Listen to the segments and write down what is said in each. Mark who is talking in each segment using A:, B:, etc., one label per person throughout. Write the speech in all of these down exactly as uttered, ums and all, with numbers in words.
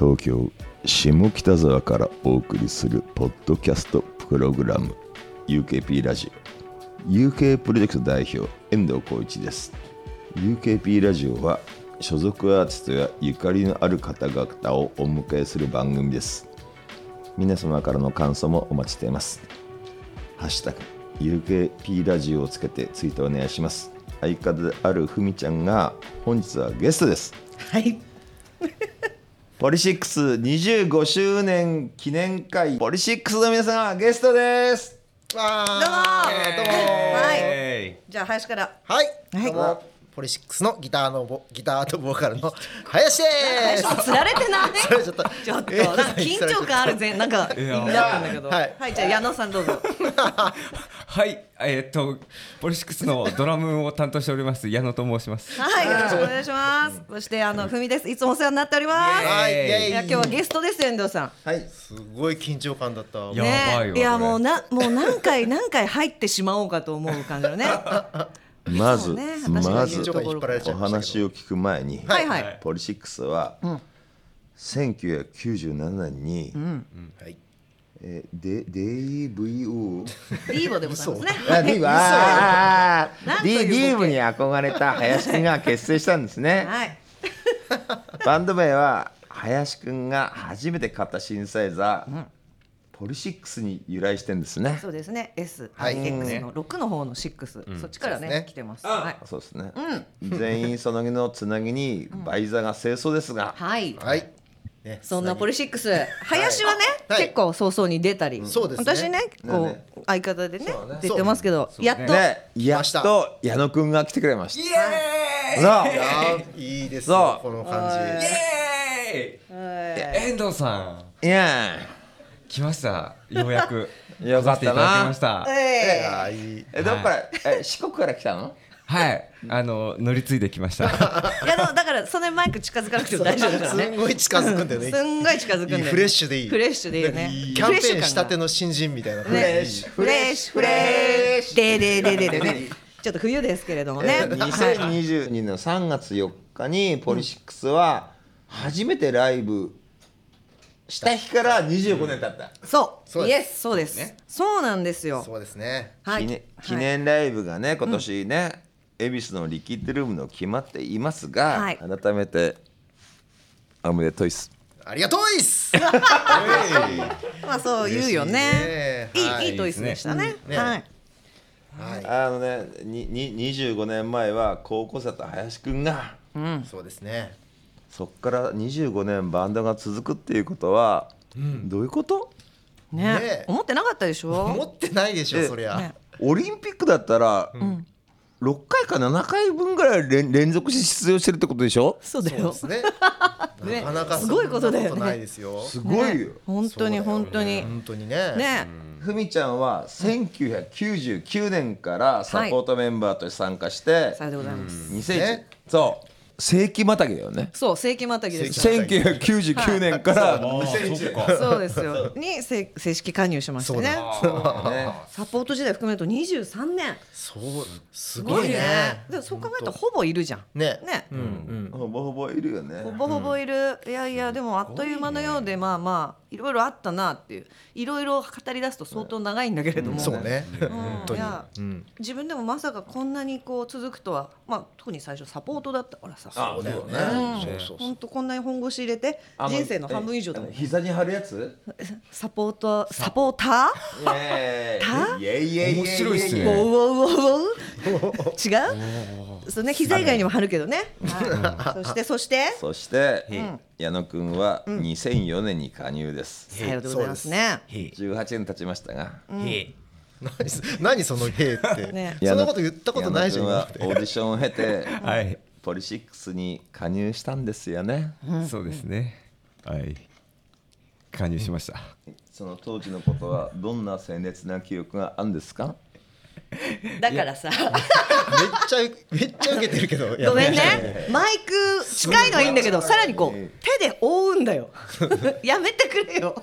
A: 東京下北沢からお送りするポッドキャストプログラム ユーケーピー ラジオ ユーケー プロジェクト代表遠藤浩一です。 ユーケーピー ラジオは所属アーティストやゆかりのある方々をお迎えする番組です。皆様からの感想もお待ちしています。ハッシュタグ ユーケーピー ラジオをつけてツイートお願いします。相方であるふみちゃんが本日はゲストです。
B: はい
A: ポリシックスにじゅうごしゅうねん記念会、ポリシックスの皆さんがゲストです。
B: わ
C: どうもー
B: どうもはいじゃあ林から
C: はい、
B: はい
C: どうもポリシックスのギターのボギターとボーカルの林です
B: つられてない
C: それちょっと
B: ちょっとなんか緊張感あるぜなんか気になったんだけど
C: は
B: はいい、じゃあ矢野さんどうぞ
D: はい、えー、っとポリシックスのドラムを担当しております矢野と申します。
B: はいよろしくお願いします。そしてあのふみです。いつもお世話になっております。
C: はいイエイ
B: いや今日はゲストです遠藤さん。
A: はい、
C: すごい緊張感だった
D: やばいわ
B: ね、いや
D: これ
B: もうなもう何回何回入ってしまおうかと思う感じのね
A: まず、
B: ね
A: ま
B: 私が
A: ず
B: 言うところ
C: 緊張感引っ張られちゃ
A: お
C: いましたけど
A: 話を聞く前に、
B: はいはい
A: ポリシックスは、せんきゅうひゃくきゅうじゅうななねんに、
C: はい
A: えー、デデイブイオー
B: ディーボでございますね。
A: あディーブあー
B: なんというボケ
A: ディディーブに憧れた林くんが結成したんですね。
B: はい
A: バンド名は林くんが初めて買ったシンセサイザー、ポリシックスに由来してんですね。
B: そうですね S、
C: はい
B: X のろくの方のろく、そっちからね、
C: そうですね
B: 来てます。はい、
A: そうですね、全員そのぎのつなぎに倍座が清楚ですが、
B: はい
C: はいね
B: そんなポリシックス林はね、
C: はい
B: 結構早々に出たり、
C: そうですね
B: 私ねこう、
A: ね
B: 相方でね
A: そうね
B: 出てますけど、
D: そうね
B: やっと、
A: でやっ
C: ました
A: と矢野くんが来てくれました。
D: イエーイ
A: そう
C: いやーいいです
A: そう
C: よこの感じ
D: イエーイえ遠藤さん
A: いや
D: 来ましたようやく
A: よかったな
D: 来させていただきました。
C: い
B: え
C: やーいい
A: えどっから、え四国から来たの？
D: はいあの乗り継いできました。
B: ーいやでもだからそんなにマイク近づかなくても大丈夫だから
C: すん
B: ね。
C: ごい近づくんだよね
B: すんごい近づくんだよね。
C: フレッシュでいい
B: フレッシュでいいよね。
C: キャンペーン
B: フ
C: したて
B: の
C: の新人みたいな
B: ね
C: フレッ
A: シュ
B: フレッシュフレッシュでででででね。ちょっと冬ですけれどもね。
A: にせんにじゅうにねんのさんがつよっかにポリシックスは初めてライブした日からにじゅうごねん経った、
B: そう
C: そうです
B: イエスそうです、そうなんですよ。
C: そうですね
B: はい
A: 記念記念ライブがね今年ね、恵比寿のリキッドルームの決まっていますが、
B: はい
A: 改めておめでとういっす。
C: ありがとういっす
B: まあそう言うよね。いい、
C: 嬉しいねはい
B: いいトイスでしたね。
C: ね
B: はい。
C: はい
A: あのねにににじゅうごねんまえは高校生だった林くんが、
C: そうですね
A: そっからにじゅうごねんバンドが続くっていうことは、どういうこと？
B: ね
C: ね
B: 思ってなかったでしょ。
C: 思ってないでしょ
A: え
C: そりゃ、
B: ね
A: オリンピックだったら、ろっかいかななかいぶんぐらい連連続して出場してるってことでしょ？
B: そうだよ
C: そうです。ね
B: ね
C: なかなか
B: すごいことだよね
C: そんなないですよ
A: すごいよ。
B: 本当に本当に
C: 本当にね
B: ね。
A: ふみちゃんはせんきゅうひゃくきゅうじゅうきゅうねんからサポートメンバーとして参加して、
B: さようでございます。
A: にせんいち
C: ね
A: そう世紀またぎだよね。
B: そう世紀またぎです。
A: せんきゅうひゃくきゅうじゅうきゅうねんからにせんいちねん
B: そうですよ。に正正式加入しましてね。
A: ね
B: サポート時代含めるとにじゅうさんねん。
C: そうすごいね
B: でもそう考えるとほぼいるじゃん。
C: ね
B: ね。
C: うん
A: ほぼほぼいるよね。
B: ほぼほぼいる、いやいやでもあっという間のようで、まあまあいろいろあったなっていう、いろいろ語り出すと相当長いんだけれども、
C: そうね
B: うん
C: 本当に
B: いや
C: うん
B: 自分でもまさかこんなにこう続くとは、まあ特に最初サポートだったからさ、
C: そうだよね
B: うん
C: そうそうそう
B: 本当こんなに本腰入れて
A: あの
B: 人生の半分以上だもん
A: え膝に貼るやつ？
B: サポートサポータ
A: イエ
B: た
A: ーイイエイイエイイエイ
D: 面白いっすね
B: ーウォウウォウウォウ違うそうね膝以外にも貼るけどね、はい、そしてそして
A: そして、矢野くんはにせんよねんに加入です。
B: さようでございますね。
A: じゅうはちねん経ちましたが、
C: 何そ何その「へえ」って、
B: ね
C: そんなこと言ったことないじゃん
A: 矢野
C: 今
A: くんはオーディションを経て
D: はい
A: ポリシックスに加入したんですよね。
D: そうですねはい加入しました。
A: その当時のことはどんな鮮烈な記憶があるんですか？
B: だからさ
C: めっちゃめっちゃ受けてるけど
B: ごめん
C: いや
B: ねマイク近いのはいいんだけどさらにこう手で覆うんだよやめてくれよ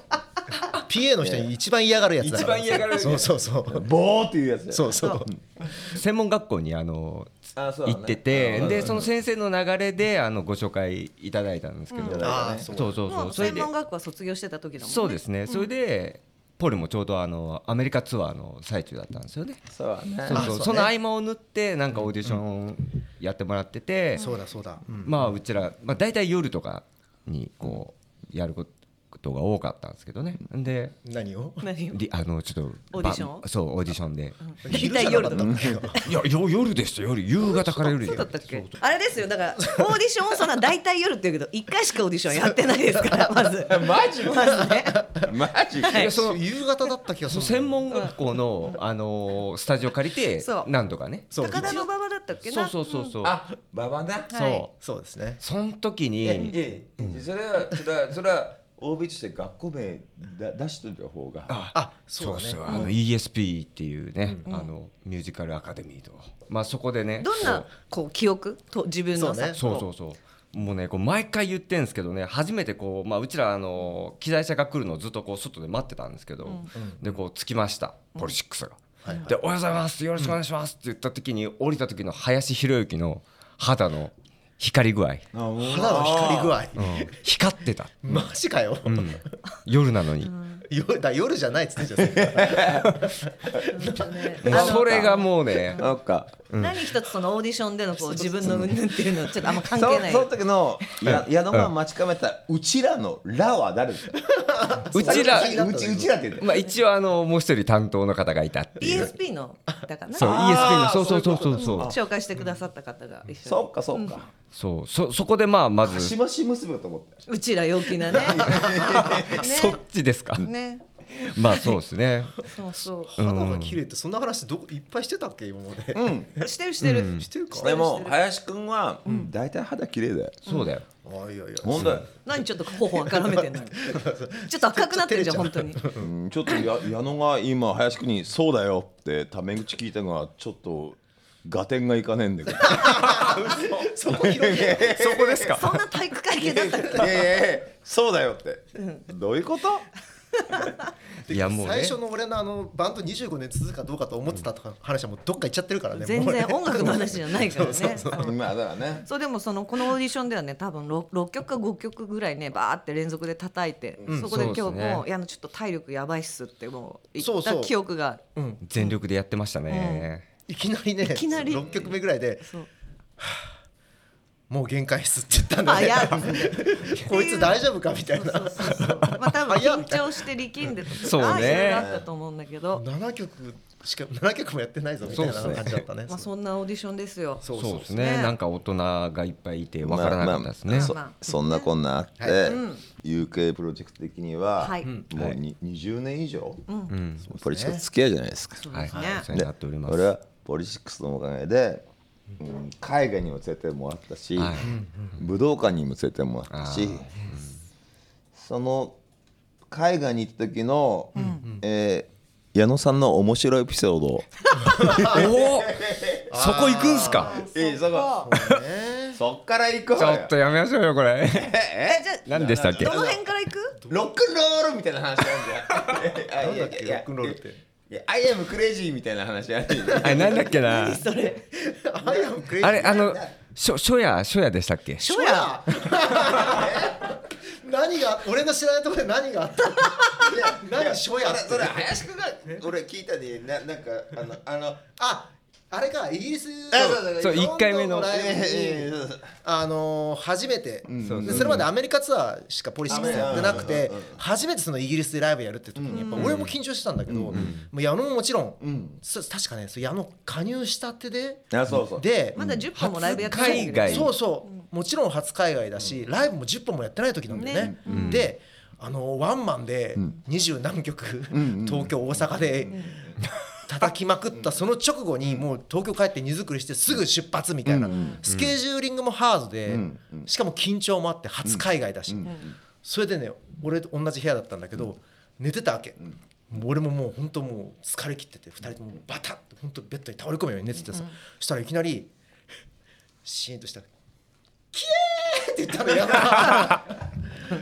C: ピーエー の人に一番嫌がるやつだから
D: 一番嫌がる
C: そうそうそう
A: ボーっていうやつだよ
C: そうそう
D: 専門学校にあの
A: あそうだね
D: 行ってて、
A: うん
D: でその先生の流れであのご紹介いただいたんですけど、
A: うん
C: ああ
D: そうそうそ
B: もう
D: うそれで
B: 専門学校は卒業してた時だもんね。
D: そうですね、それでポルもちょうどあのアメリカツアーの最中だったんですよね。
A: そうだね
D: そうそう
C: あそうね
D: その合間を縫ってなんかオーディションやってもらってて、
C: そうだそうだ、うん
D: まあうちら、まあ、大体夜とかにこうやることが多かったんですけどね。で
C: 何を
B: 何を
D: りあのちょっと
B: オーディション
D: ばそうオーディションで、
C: 昼じゃなかったんだけど
D: いやよ夜でした夜夕方から夜で
B: そうだったっけ。あれですよ、だからオーディションをそんな大体夜って言うけど一回しかオーディションやってないですからまず
A: マジ
B: まずね。
A: マジ
D: いやその
C: 夕方だった気がする
D: 専門学校の、あのースタジオ借りて
B: そう
D: なんとかね
C: そう
B: 高田馬場だったっけな。
D: そうそうそうそう、
A: あババだ
B: はい
D: そう
C: そうですね
D: その時に、
A: ええそれはそれはそれは オービー として学校名だ出してる方が
D: あ
C: あ
D: そ
C: そううだね
D: そうあの イーエスピー っていうね、あのミュージカルアカデミーと、まあそこでね
B: どんなこう記憶と自分のさ。
D: そうそうそうもうねこう毎回言ってるんですけどね、初めてこう、まあ、うちらあの機材車が来るのをずっとこう外で待ってたんですけど、でこう着きましたポリシックスが、でおはようございますよろしくお願いしますって言った時に降りた時の林弘之の肌の光り具合、
C: 肌の光り具合
D: うん光ってた、
C: マジかよ、
D: うん夜なのに、
C: 夜だ夜じゃないっつってんじゃん
D: もうそれがもうね
A: なんか
B: 何一つそのオーディションでのこう自分の云々っていうのはちょっとあんま関
A: そ
B: 係ない。
A: その時のや矢野が待ち構えたうちらのらは誰ですか
D: うちら
A: うちうちらって言って
D: まあ一応あのもう一人担当の方がいたっていう
B: イーエスピー のだかな。
D: そう イーエスピー のそうそうそうそうそう
B: 紹介してくださった方が一緒
A: そっかそっか
D: そうそそこでまあまず
A: しばし娘だと思って
B: に。うちら陽気なね。
D: そっちですか、
B: ね。
D: まあそうですね
B: そうそう。
C: 肌が綺麗ってそんな話どこいっぱいしてたっけ今まで、
A: うん
B: してるしてる。
C: してるか
A: でも林くんは大体肌綺麗だよ
D: そうだよ
C: あいやいや
A: 本当だよ
B: 何ちょっと頬赤らめてんの。ちょっと赤くなってるじゃん本当に。
A: うんちょっとや矢野が今林くんにそうだよってタメ口聞いたのがちょっと合点がいかねえんだけど
C: そこ広げ
D: そこですか
B: そんな体育会系だったっけ。
A: いやいやいやそうだよってどういうこと
D: いやもうね
C: 最初の俺のあのバンドにじゅうごねん続くかどうかと思ってたとか話はもうどっか行っちゃってるからね
B: 全
C: もう
B: 然音楽の話じゃないからね。
A: まあだからね
B: そうでもそのこのオーディションではね多分 ろく, 曲かごきょくぐらいねバーって連続で叩いて、そこで今日
D: そうですね
B: もういやちょっと体力やばいっすってもう言った
C: そうそう
B: 記憶がある。
D: 全力でやってましたね、
C: いきなりね
B: いきなり
C: ろっきょくめぐらいで
B: そう
C: もう限界っすって言ったんだね
B: あいや
C: こいつ大丈夫かみたいな
B: そうそうそうまあ多分緊張して力んでとか
D: そうね
B: あいろいろあったと思うんだけど、
C: ななきょくしかななきょくもやってないぞみたいな
D: そうっすね
C: 感じだったね
B: まあ、そんなオーディションですよ。
C: そう
D: そうです
B: ね
D: ねなんか大人がいっぱいいてわからなかったですね、
A: まあまあ
B: まあ
A: そそんなこんなあって、
C: はい
B: うん
A: ユーケー プロジェクト的には、
B: はい
A: もうに、にじゅうねん以上、
D: うん
A: ポリシックス付き合いじゃないですか。
D: はい、
B: そうですね。
D: お世話になっております
A: 俺はポリシックスのおかげで、うん、海外にも連れてもらったし、
D: はい
A: 武道館にも連れてもらったし、その海外に行った時の、えー矢野さんの面白いエピソードを
D: おおそこ行くんすか
A: えーそこ
C: ね
A: そっから行こう
D: ちょっとやめましょうよこれ
B: えじゃあ
D: 何でしたっけ
B: どの辺から行く？
A: ロックンロールみたいな話あるじゃん
C: なんだっけロックンロールって
A: いや I am crazy みたいな話あるじゃん
D: あれなんだっけな
B: それ
C: アイアムクレイジー
D: あれあのしょ初夜初夜でしたっけ
B: ショヤ
C: 何が俺の知らないところで何があったの何しょやって
A: それ林くんが俺聞いたでななんかあのあの
C: ああれかイギリス
D: そういっかいめの
C: ロンドンライブに
A: えーそうそう
C: あのー初めて、
D: そう
C: でそれまでアメリカツアーしかポリシックスやってなくて
A: うんうんうん
C: 初めてそのイギリスでライブやるって時にやっぱ俺も緊張してたんだけど、もう矢野ももちろん、
A: ん
C: そ確かねそ矢野加入したてで
A: あそうそう
C: で、
B: まだじゅっぽんもライブやってないんだけど
D: 初海外
C: そうそう、もちろん初海外だし、ライブもじゅっぽんもやってない時なんだよね。であのワンマンで二十何曲、東京大阪で叩きまくったその直後にもう東京帰って荷造りしてすぐ出発みたいな、スケジューリングもハードで、しかも緊張もあって初海外だし、それでね俺と同じ部屋だったんだけど、寝てたわけ、もう俺ももう本当もう疲れ切っててふたりともバタッと本当ベッドに倒れ込むように寝ててさ、そしたらいきなりシーンとしたら「キエー!」って言ったのよ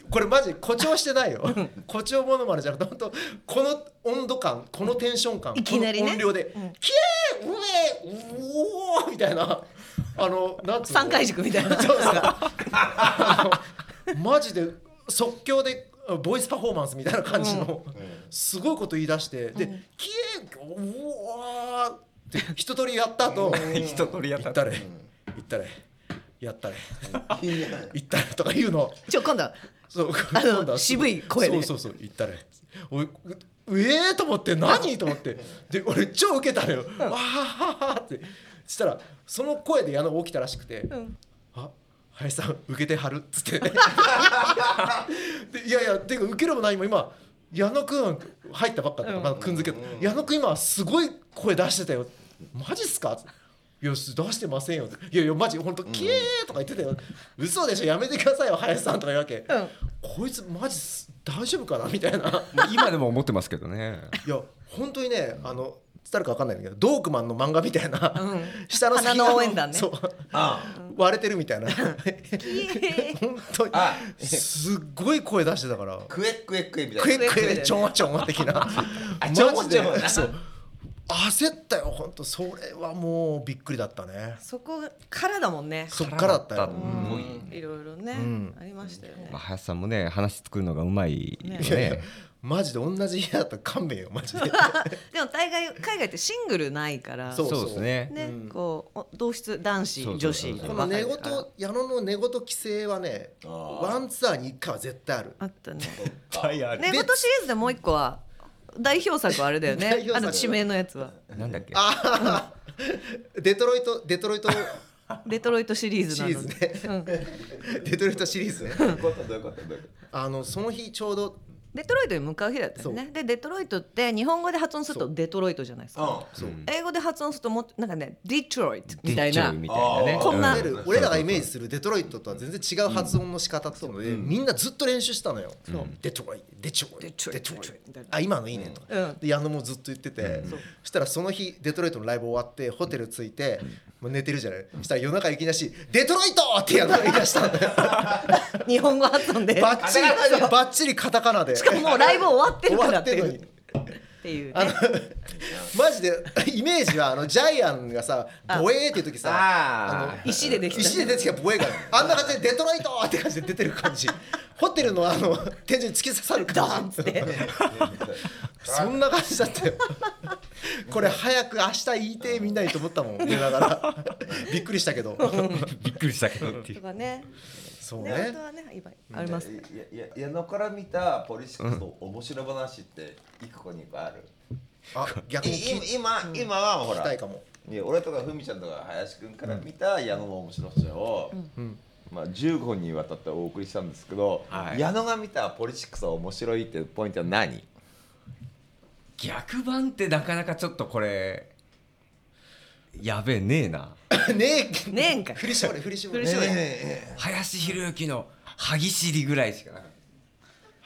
C: これマジ誇張してないよ誇張モノマネじゃなくて本当この温度感このテンション感
B: いきなりね
C: この音量で、うん、キエーうえうおーみたいなあのなんつうの
B: 三回軸みたいな
C: そうそうあのマジで即興でボイスパフォーマンスみたいな感じの、うん、すごいこと言い出してで、うん、キエーうおーって一通りやった後
D: 一通りやった
C: 後言ったれ言ったれやったれ言ったれとか言うの
B: ちょ今度は
C: そう
B: あの渋い声で
C: そうそうそう言ったれおいえーと思って何と思ってで俺超ウケたのよ、うん、わーはーってそしたらその声で矢野起きたらしくて、うん、あ林さん受けてはるっつってでいやいやてか受けるも何も今矢野くん入ったばっかだから、うん、くんづけど、うん、矢野くん今すごい声出してたよマジっすかいや出してませんよいやいやマジ本当キエーとか言ってたよ、うん、嘘でしょやめてくださいよ林さんとか言うわけ、うん、こいつマジ大丈夫かなみたいな
D: 今でも思ってますけどね
C: いや本当にねあの伝わるか分かんないんだけどドークマンの漫画みたいな、うん、下の
B: 先が応援団ね
C: そうああ割れてるみたいな本当にすっごい声出してたから
A: クエクエクエみた
C: いなクエクエちょんわちょんわ的なマジでそう焦ったよ本当それはもうびっくりだったね
B: そこからだもんね
C: そっからだったよ
B: うんいろいろね、うん、ありましたよね、
D: まあ、林さんもね話作るのがうまいよね
C: いやいやマジで同じ家だったら勘弁よマジで
B: でも大概海外ってシングルないから
C: そう
D: そうですね、
B: ね、うん、こう同室男子女子
C: この寝言矢野の寝言規制はねワンツアーにいっかいは絶対ある
B: あったね
C: 対ある
B: 寝言シリーズでもう一個は代表作あれだよねあの地名のやつは
D: なんだっけ
C: あデトロイトデトロイト
B: デトロイトシリーズなの
C: シリーズね、うん、デトロイトシリーズねあのその日ちょうど
B: デトロイトに向かう日だったよね。でデトロイトって日本語で発音するとデトロイトじゃないですか。そう英語で発音するともなんかねデトロイトみたいなこんな
C: 俺らがイメージするデトロイトとは全然違う発音の仕方っていうので、うん、みんなずっと練習したのよ、うん、デトロイトデトロイトデトロイトあ今のいいねと、うん、で矢野もずっと言ってて、うん、そしたらその日デトロイトのライブ終わってホテル着いて、うん、もう寝てるじゃない、そしたら夜中いきなしデトロイトって矢野が言い出したんだよ
B: 日本語発音で
C: バッチリバッチリカタカナで
B: しかももうライブ終わってるからっていうっていう、ね、
C: あのマジでイメージはあのジャイアンがさボエーっていう時さあ
B: の石でできた
C: 石で出てきたボエーがあんな感じでデトロイトって感じで出てる感じホテルのあの天井に突き刺さる感じそんな感じだったよこれ早く明日言いてみんなにと思ったもん寝ながらびっくりしたけど
D: びっくりしたけどっていう
B: とかね
C: そうね。
B: ねはねあります。
A: いや矢野から見たポリシックスの面白話っていくこにかある。
C: あ逆に
A: 今今はほら。
C: 聞きたいかも。
A: いや俺とかふみちゃんとか林くんから見た矢野の面白話を、うん、まあじゅうごにわたってお送りしたんですけど、はい、矢野が見たポリシックスは面白いっていうポイントは何？
D: 逆版ってなかなかちょっとこれやべえねえな
C: ねえ
B: ねえんか
C: 振り絞れ振り絞れ
D: 林弘之の歯ぎしりぐらいしかなかった。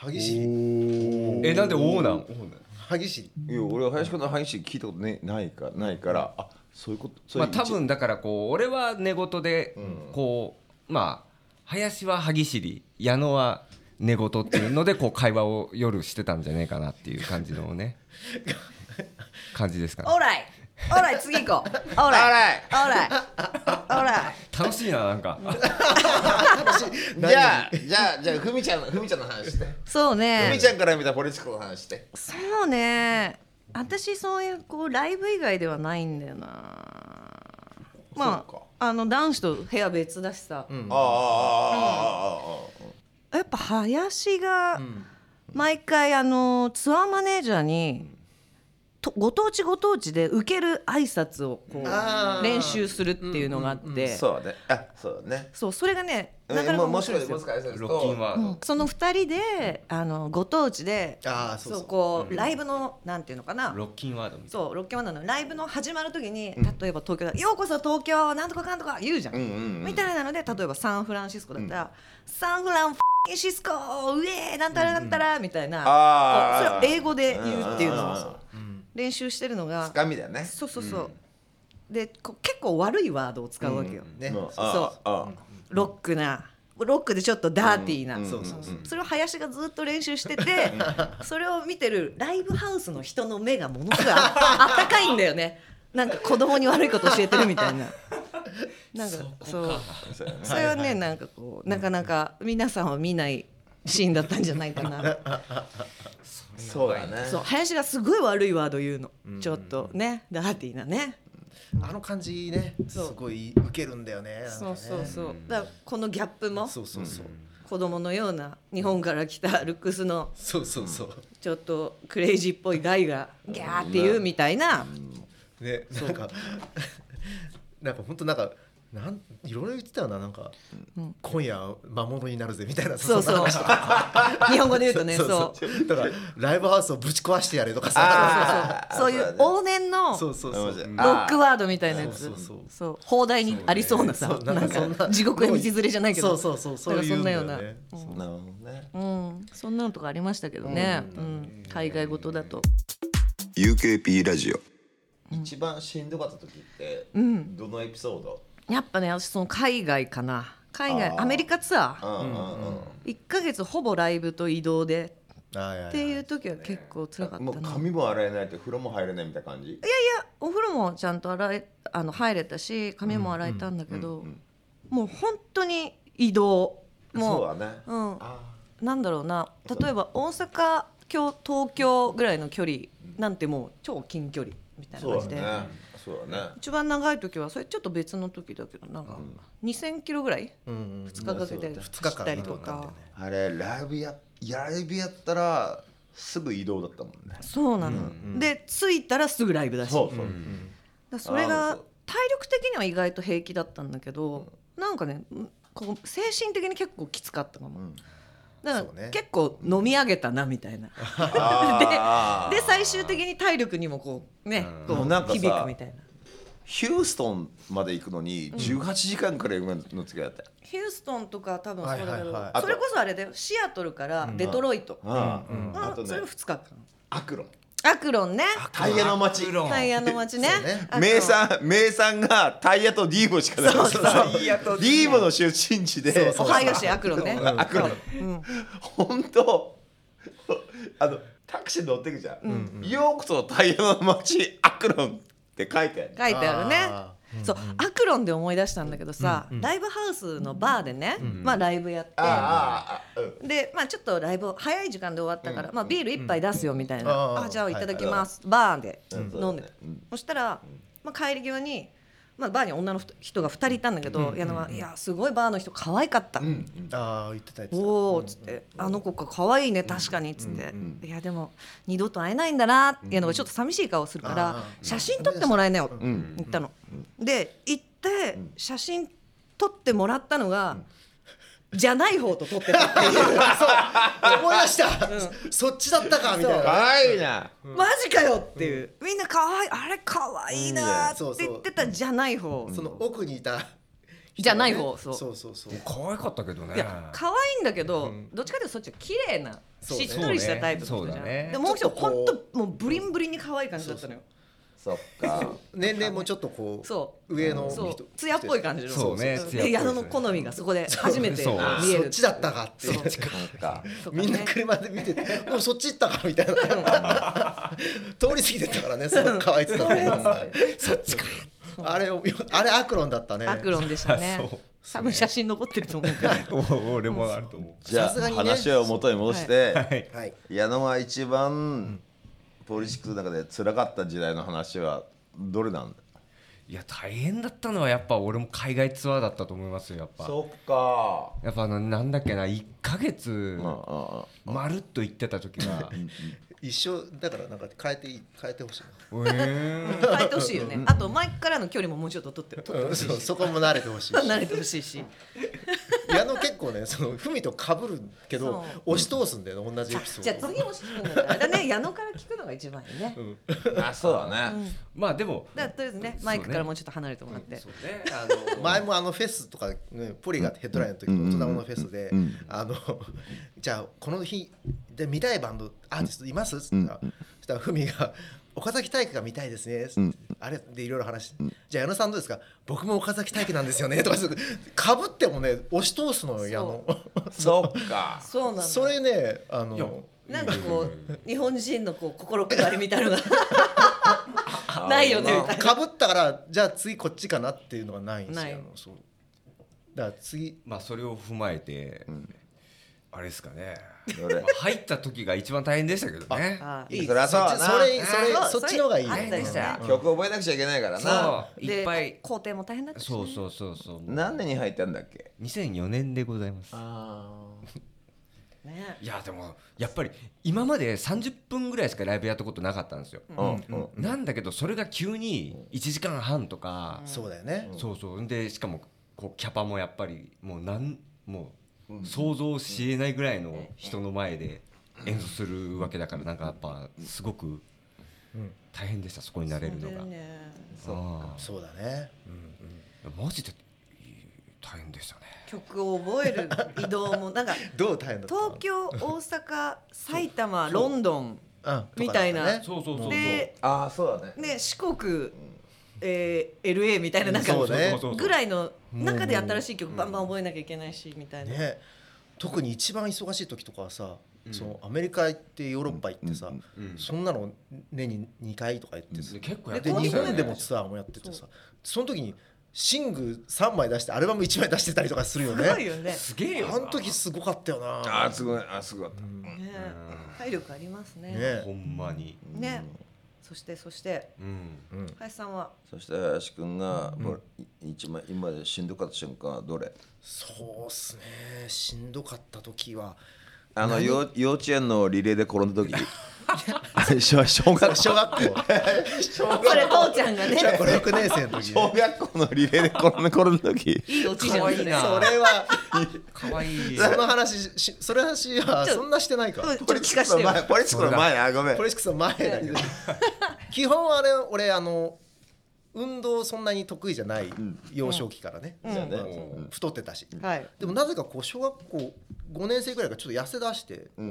C: 歯ぎしり
D: えなんで王なん
C: 歯ぎし
A: りいや俺は林くんの歯ぎしり聞いたこと、ね、ないかないからあそういうことそういう
D: まあ多分だからこう俺は寝言でこう、うん、まあ林は歯ぎしり矢野は寝言っていうのでこう会話を夜してたんじゃねえかなっていう感じのね感じですかね。
B: オーライオーライ次行こう。オーライオーライオーライ
D: 楽しいななんか
A: じゃあじゃあじゃあふみちゃんのふみちゃんの話して
B: そうね
A: ふみちゃんから見たポリチコの話して
B: そうね私そういうこうライブ以外ではないんだよなまああの男子と部屋別だしさ、うん、ああああやっぱ林が毎回あのツアーマネージャーにとご当地ご当地で受ける挨拶をこう練習するっていうのがあって、うんうんうん、
A: そうねあそうね
B: そうそれがねなかなか面白いですよ。
D: ロッキンは、
B: うん、そのふたりであのご当地で
C: あそうそう
B: そうこう、うん、ライブのなんていうのかな
D: ロッキンワードみたいな
B: そうロッキンワードのライブの始まる時に、うん、例えば東京だようこそ東京なんとかかんとか言うじゃん、うんうんうん、みたいなので例えばサンフランシスコだったら、うん、サンフランシスコウェーなんたらなんたら、うん、みたいなそれを英語で言うっていうのを練習してるのが
A: つかみだよね
B: そうそうそう、うん、でこ結構悪いワードを使うわけよ、
C: うんね、
B: そうそうロックなロックでちょっっとダーティーな、
A: うん
C: そうそうそう
B: それを林がずっと練習しててそれを見てるライブハウスの人の目がものすごいああったかいんだよね。なんか子供に悪いこと教えてるみたいな。なんかそう
A: そうやね
B: それはねなんかこうなかなか皆さんは見ないシーンだったんじゃないかな。
A: そうやね。
B: そう林がすごい悪いワード言うの、ちょっとねダーティーなね。
C: あの感じねす
B: そう
C: ごいウケるんだよね。なんか
B: そう
C: ね
B: そうそうだからこのギャップも
C: そうそうそう
B: 子供のような日本から来たルックスの
C: そうそうそう
B: ちょっとクレイジーっぽいガイがギャーって言うみたいな、
C: ねなんかなんか本当なんかなんいろいろ言ってたよななんか、今夜魔物になるぜみたいな
B: そうそう日本語で言うとねそう
C: そうだからライブハウスをぶち壊してやれとかさ
B: そういう往年の
C: そうそうそうそう
B: ロックワードみたいなやつ
C: そうそうそう
B: そう放題にありそうなさ
C: そうね
B: なん
C: そうなんかそんな
B: か地獄へ道連れじゃないけど
C: そうそうそうそう
B: なんかそんなような
C: そういうの
A: なるほどね。
B: うんそんなのとかありましたけどね、うん海外ごとだと
A: ユーケーピー ラジオ。一番しんどかった時ってどのエピソード？
B: やっぱね私その海外かな海外アメリカツアー
A: うんうんうん。
B: いっかげつほぼライブと移動で
C: はいはいはい
B: っていう時は結構辛かったな。
A: もう髪も洗えないって風呂も入れないみたいな感じ？
B: いやお風呂もちゃんと洗えあの入れたし髪も洗えたんだけど、もう本当に移動も
A: そうだね。
B: うん、
A: あ
B: なんだろうな例えば大阪京東京ぐらいの距離なんてもう超近距離みたいな
A: そう
B: 感じで、
A: だね。そうだね。
B: 一番長い時はそれちょっと別の時だけどなんかにせんキロぐらい
C: うんうん
B: ふつかかけて
C: ふつかかん
B: 走ったりとか。
A: あれライブやライブやったらすぐ移動だったもんね。
B: そうなの、で着いたらすぐライブだし
A: そうそう。
B: だからそれ
A: あー
B: が
A: そう
B: 体力的には意外と平気だったんだけど、なんかねこう精神的に結構きつかったかも、だから
C: そうね
B: 結構飲み上げたなみたいな、
A: あー
B: でで最終的に体力にもこうねこう
A: なんかさ
B: 響くみたいな。
A: ヒューストンまで行くのにじゅうはちじかんくらいの付き合いだったよ。
B: ヒューストンとか多分そうだけど、
C: はいはいはい
B: それこそあれだよシアトルからデトロイト、
A: あ
B: うん
A: あとね
B: それふつかかん
A: アクロン
B: アクロンね
A: タイヤの街。
B: タイヤの街ね
C: そうね
B: アクロン
A: 名産名産がタイヤとディーボしかない。
B: そうそう
A: タイヤとディーボの出身地で
B: オハイオ州アクロンね
A: アクロン本当あのタクシー乗ってくじゃん。ようこそタイヤの街アクロンって書いてある。
B: 書いてあるね
C: あ
B: そうアクロンで思い出したんだけどさ、ライブハウスのバーでね、まあライブやって、
A: ああああうん
B: でまあちょっとライブ早い時間で終わったから、まあビール一杯出すよみたいな、
C: うん
B: あじゃあいただきます、バーで
A: うん
B: 飲んで、そしたら、まあ、帰り際に、まあ、バーに女の人がふたりいたんだけど、矢野は「いやすごいバーの人可愛かった」
C: ああ言ってた言ってた
B: おおっつって「あの子か可愛いね確かに」っつって「いやでも二度と会えないんだな」っていうのがちょっと寂しい顔するから
C: あ
B: 「写真撮ってもらえなよ」って言ったの。で行って写真撮ってもらったのがじゃない方と撮ってたっていう
C: 思い出したそっちだったかみたいな
A: 可愛いな。
B: マジかよっていうみんな可愛いあれ可愛いなって言ってたじゃない方
C: その奥にいた
B: じゃない方そう
C: そうそうそう
D: 可愛かったけどね。
B: いや可愛いんだけど、どっちかというとそっちは綺麗な、
C: そうね
B: しっとりしたタイプの人じゃん、
D: そうね
B: でもう一人
C: ちょっとこう
B: ほんともうブリンブリンに可愛い感じだったのよ。
A: そっか。
C: 年齢もちょっとこう
B: そう
C: 上の
B: そう
C: 人
B: 艶っぽい感じの
D: そうね艶っぽい
B: で矢野の好みがそこで初めて
D: そう
B: 見える
C: そっちだったかって
B: そう
A: そっか。
B: とかね
C: みんな車で見ててもうそっち行ったかみたいな通り過ぎてったからねその可愛さだったそっちかあれをあれアクロンだったね
B: アクロンでしたね
D: そう
B: 多分写真残ってると思うけど
D: お俺もあると思う。
A: じゃあ
C: さすがにね
A: 話を元に戻して、
C: はい
A: 矢野は一番ポリシックスの中で辛かった時代の話はどれなんだ。
D: いや大変だったのはやっぱ俺も海外ツアーだったと思いますよやっぱ。
A: そっか。
D: やっぱあのなんだっけないっかげつ
A: うんうんうん
D: まるっと行ってた時が
C: 一生だからなんか変えていい変えてほしい
D: えー
B: 変えてほしいよねあとマイクからの距離ももうちょっと取ってる
C: なうんそうそこも慣れてほしいし
B: 慣れてほしいし
C: 矢野結構ねそのふみと被るけど
B: そ
C: 押し通すんだよね同じエピソード
B: じゃあ次もし聞くんだったらあれだね矢野から聞くのが一番いいね
A: あ、そうだね。
D: まあでも
B: だからとりあえずねマイクからもうちょっと離れてもらって
D: そうねあの
C: 前もあのフェスとか、ね、ポリがヘッドラインの時の大人のフェスで、あのじゃあこの日で見たいバンドアーティストいますっつったら、そしたらふみが岡崎体育が見たいですねっつって、 あれでいろいろ話して、うん、じゃあ矢野さんどうですか、僕も岡崎体育なんですよねとかかぶってもね押し通すのよ矢野。
A: そっか
B: そうなの。
C: それねあの
B: なんかこう日本人のこう心配りみたいなのがないよねみたいな。
C: かぶったからじゃあ次こっちかなっていうのがないんですよ。そうだから次
D: まあそれを踏まえて、うん、あれですかねまあ入った時が一番大変でしたけどね。
A: ああいいそれはそうだな、
C: それそれそっちの方がいいね。
A: 曲覚えなくちゃいけないからな。
D: そういっぱい
B: 工程も大変だったし、ね、
D: そうそうそうそう。
A: 何年に入ったんだっけ。
D: にせんよねんでございます。
B: あね、
D: いやでもやっぱり今までさんじゅっぷんぐらいしかライブやったことなかったんですよ、うんうんうん、なんだけどそれが急にいちじかんはんとか、
C: うん、そうだよね。
D: そうそうでしかもこうキャパもやっぱりもうなんもう想像しえないぐらいの人の前で演奏するわけだから、なんかやっぱすごく大変でした、そこになれるのが。そうだね。
C: そうだね、
D: うんうん、マジで大変でしたね。
B: 曲を覚える移動もなんか
C: どう大変だった？
B: 東京、大阪、埼玉、ロンドンみたいな、
D: そうそうそうそう。
B: で、
A: ああそうだね。
B: ね四国、えー、エルエー みたいななんかぐらいの中で新しい曲バンバン覚えなきゃいけないしみたいな。
C: ね、特に一番忙しい時とかはさ、うん、そのアメリカ行ってヨーロッパ行ってさ、うんうん、そんなの年ににかいとかやってさ、うん、結構やってで日本でもツアーもやっててさ、その時にシングさんまい出してアルバムいちまい出してたりとかするよね。
B: すごいよね。
D: すげえよな。
C: あの時すごかったよな。
A: あーすごい、あすごかった、
B: うんね、体力ありますね。
C: ね
D: ほんまに
B: ね。そしてそして、うん、林さんは
A: そして林くんが、うん、一番今までしんどかった瞬間はどれ？
C: そうっすね、しんどかった時は
A: あの幼幼稚園のリレーで転んだ時小, 小学
C: 小学校
B: それ父ちゃんがね
C: 小学校ろくねん生の時、ね、
A: 小学校のリレーで転んだ転んだ時
B: いいおじじゃん。
D: かわいいな。
C: それは
D: かわいい。
C: その話しそれ話はそんなしてないか。
A: ポリチクスの前ポリチクスの前あごめん
C: ポリチクスの前だけど基本あれ俺あの運動そんなに得意じゃない、うん、幼少期からね、うんうん、太ってたし、
B: はい、
C: でもなぜかこう小学校ごねん生ぐらいからちょっと痩せ出して、うん、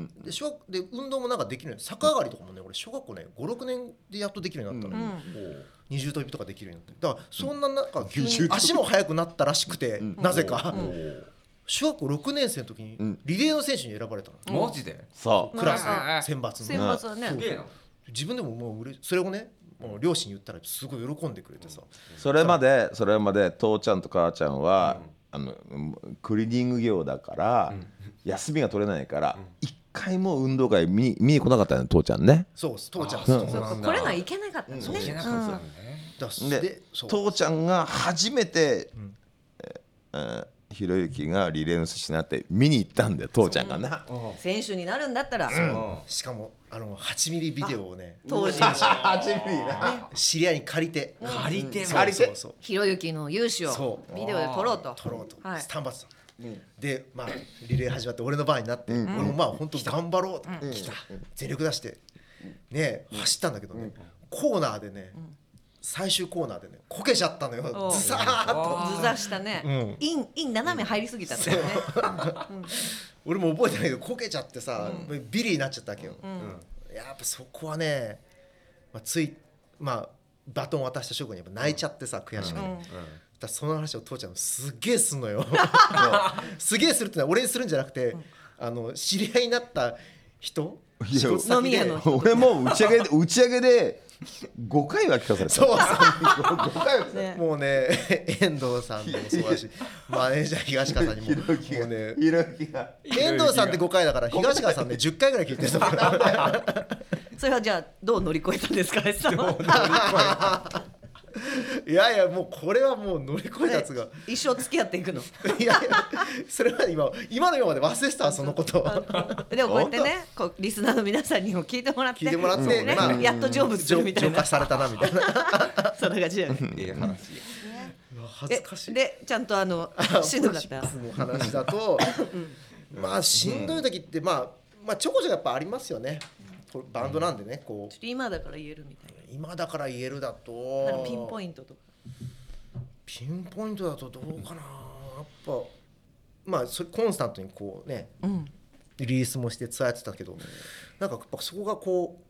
C: で小学で運動もなんかできるように逆上がりとかもね俺小学校ねごろくねんでやっとできるようになったのに、うん、二重跳びとかできるようになってだからそんななんか急に足も速くなったらしくて、うん、なぜか、うん、小学校ろくねん生の時にリレーの選手に選ばれたの、
D: うん、マジで
A: そう
C: クラス選抜の
B: 選抜はね
C: すげえな自分でももううれそれをねもう両親に言ったらすごい喜んでくれてさ、
A: それまでそれまで父ちゃんと母ちゃんは、うん、あのクリーニング業だから、うん、休みが取れないから一、うん、回も運動会見に見に来なかったよね父ちゃんね。
C: そう父ちゃん
B: そうそう来れないいけなかったね。
D: そういけなかったね。
A: で父ちゃんが初めて、うんえーひろゆきがリレーの選手になって見に行ったんだよ父ちゃんがな、
B: うん、選手になるんだったら、うん、
C: しかもあのはちミリビデオをね
B: 当時
A: はちミリな
C: 知り合いに借りて
D: 借りて
A: 借りて
B: ひろゆきの勇姿をビデオで撮ろうと
C: 撮ろうと、
B: はい、
C: スタンバってた、うん、でまあリレー始まって俺の番になって、うん、俺もまあ本当頑張ろうと、うん、来た全力出してね走ったんだけどね、うん、コーナーでね、うん最終コーナーでねこけちゃったのよズサーッと
B: ズザしたね、うん、インイン斜め入りすぎたんだよね、
C: うん、俺も覚えてないけどこけちゃってさ、うん、ビリになっちゃったわけよ、うん、やっぱそこはね、まあ、ついまあバトン渡した瞬間にやっぱ泣いちゃってさ悔しくて、うん、だその話を父ちゃんすっげえすんのよすげえするってのは俺にするんじゃなくて、うん、あの知り合いになった人仕事先で
A: 俺も打ち上げで打ち上げでごかいは聞かされた。
C: そうそうごかいは、ね、もうね遠藤さんでもそうだしマネージャー東川さんにももうね遠藤さんってごかいだから東川さんねじゅっかいぐらい聞いてる
B: それはじゃあどう乗り越えたんですか
C: いやいやもうこれはもう乗り越えたやつが
B: 一生付き合っていくの
C: いやいやそれは今今の今まで忘れてたそのこと
B: でもこうやってねこうリスナーの皆さんにも聞いてもらって
C: 聞いてもらって、
B: ねまあ、やっと成仏するみたいな
C: 浄化されたなみたいな
B: そんな感じだよね
C: いい話恥ずかしい
B: でちゃんとあのしんどかった
C: の話だとまあしんどい時ってまあまあちょこちょこやっぱありますよねバンドなんでねこう
B: 今だから言えるみたいな
C: 今だから言えるだと
B: ピンポイントとか
C: ピンポイントだとどうかなやっぱまあそれコンスタントにこうね、うん、リリースもしてツアーやってたけどなんかやっぱそこがこう